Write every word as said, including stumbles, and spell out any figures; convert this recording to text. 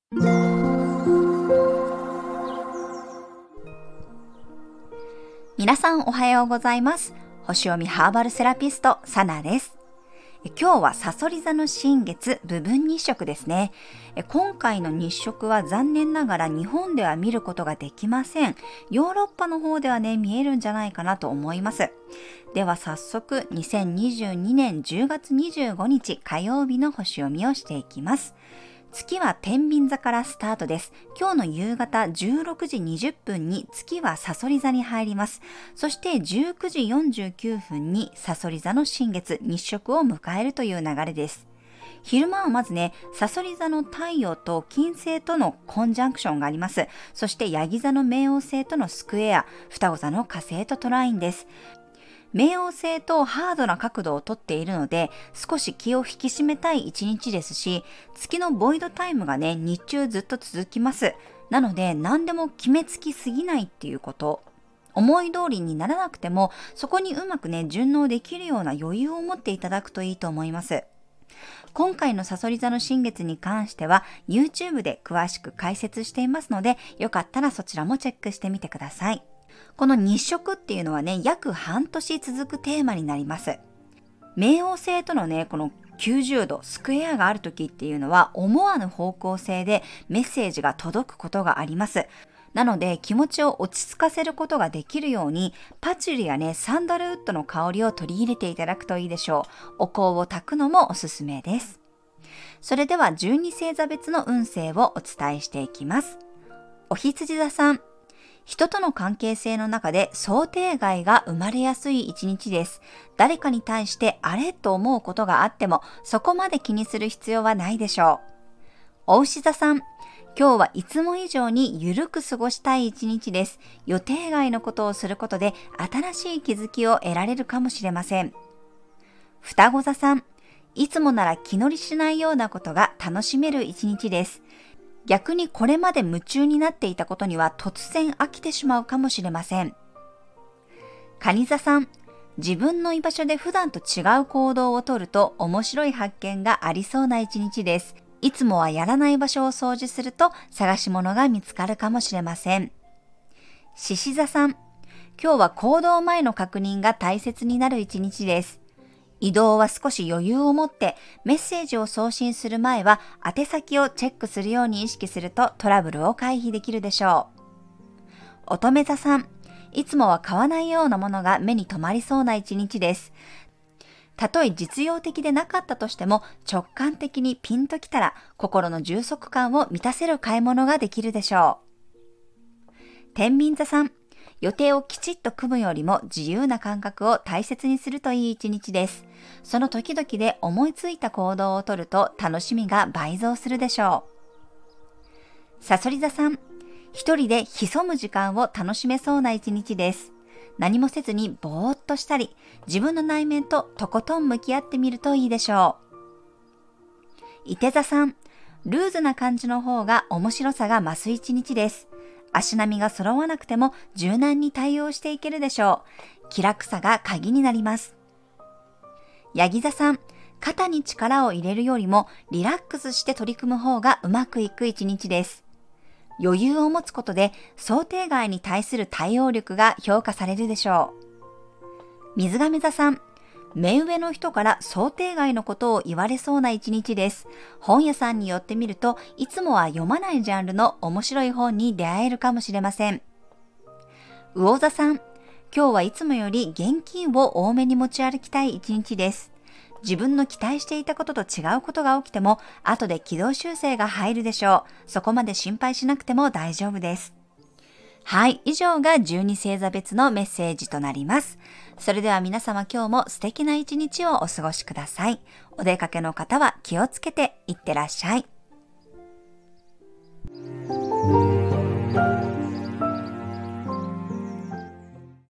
皆さんおはようございます。星読みハーバルセラピストサナです。今日はさそり座の新月部分日食ですね。今回の日食は残念ながら日本では見ることができません。ヨーロッパの方ではね見えるんじゃないかなと思います。では早速にせんにじゅうにねんじゅうがつにじゅうごにち火曜日の星読みをしていきます。月は天秤座からスタートです。今日の夕方じゅうろくじにじゅっぷんに月はさそり座に入ります。そしてじゅうくじよんじゅうきゅうふんにさそり座の新月日食を迎えるという流れです。昼間はまずね、さそり座の太陽と金星とのコンジャンクションがあります。そしてヤギ座の冥王星とのスクエア、双子座の火星とトラインです。冥王星とハードな角度をとっているので少し気を引き締めたい一日ですし、月のボイドタイムがね日中ずっと続きます。なので何でも決めつきすぎないっていうこと、思い通りにならなくてもそこにうまくね順応できるような余裕を持っていただくといいと思います。今回のさそり座の新月に関しては YouTube で詳しく解説していますので、よかったらそちらもチェックしてみてください。この日食っていうのはね、約半年続くテーマになります。冥王星とのね、このきゅうじゅうどスクエアがある時っていうのは思わぬ方向性でメッセージが届くことがあります。なので気持ちを落ち着かせることができるようにパチュリやね、サンダルウッドの香りを取り入れていただくといいでしょう。お香を焚くのもおすすめです。それではじゅうに星座別の運勢をお伝えしていきます。お羊座さん、人との関係性の中で想定外が生まれやすい一日です。誰かに対してあれと思うことがあってもそこまで気にする必要はないでしょう。お牛座さん、今日はいつも以上にゆるく過ごしたい一日です。予定外のことをすることで新しい気づきを得られるかもしれません。双子座さん、いつもなら気乗りしないようなことが楽しめる一日です。逆にこれまで夢中になっていたことには突然飽きてしまうかもしれません。蟹座さん、自分の居場所で普段と違う行動をとると面白い発見がありそうな一日です。いつもはやらない場所を掃除すると探し物が見つかるかもしれません。獅子座さん、今日は行動前の確認が大切になる一日です。移動は少し余裕を持ってメッセージを送信する前は宛先をチェックするように意識するとトラブルを回避できるでしょう。乙女座さん、いつもは買わないようなものが目に留まりそうな一日です。たとえ実用的でなかったとしても直感的にピンときたら心の充足感を満たせる買い物ができるでしょう。天秤座さん、予定をきちっと組むよりも自由な感覚を大切にするといい一日です。その時々で思いついた行動をとると楽しみが倍増するでしょう。さそり座さん、一人で潜む時間を楽しめそうな一日です。何もせずにぼーっとしたり、自分の内面ととことん向き合ってみるといいでしょう。いて座さん、ルーズな感じの方が面白さが増す一日です。足並みが揃わなくても柔軟に対応していけるでしょう。気楽さが鍵になります。ヤギ座さん、肩に力を入れるよりもリラックスして取り組む方がうまくいく一日です。余裕を持つことで想定外に対する対応力が評価されるでしょう。水亀座さん、目上の人から想定外のことを言われそうな一日です。本屋さんに寄ってみるといつもは読まないジャンルの面白い本に出会えるかもしれません。魚座さん、今日はいつもより現金を多めに持ち歩きたい一日です。自分の期待していたことと違うことが起きても後で軌道修正が入るでしょう。そこまで心配しなくても大丈夫です。はい、以上がじゅうに星座別のメッセージとなります。それでは皆様今日も素敵な一日をお過ごしください。お出かけの方は気をつけていってらっしゃい。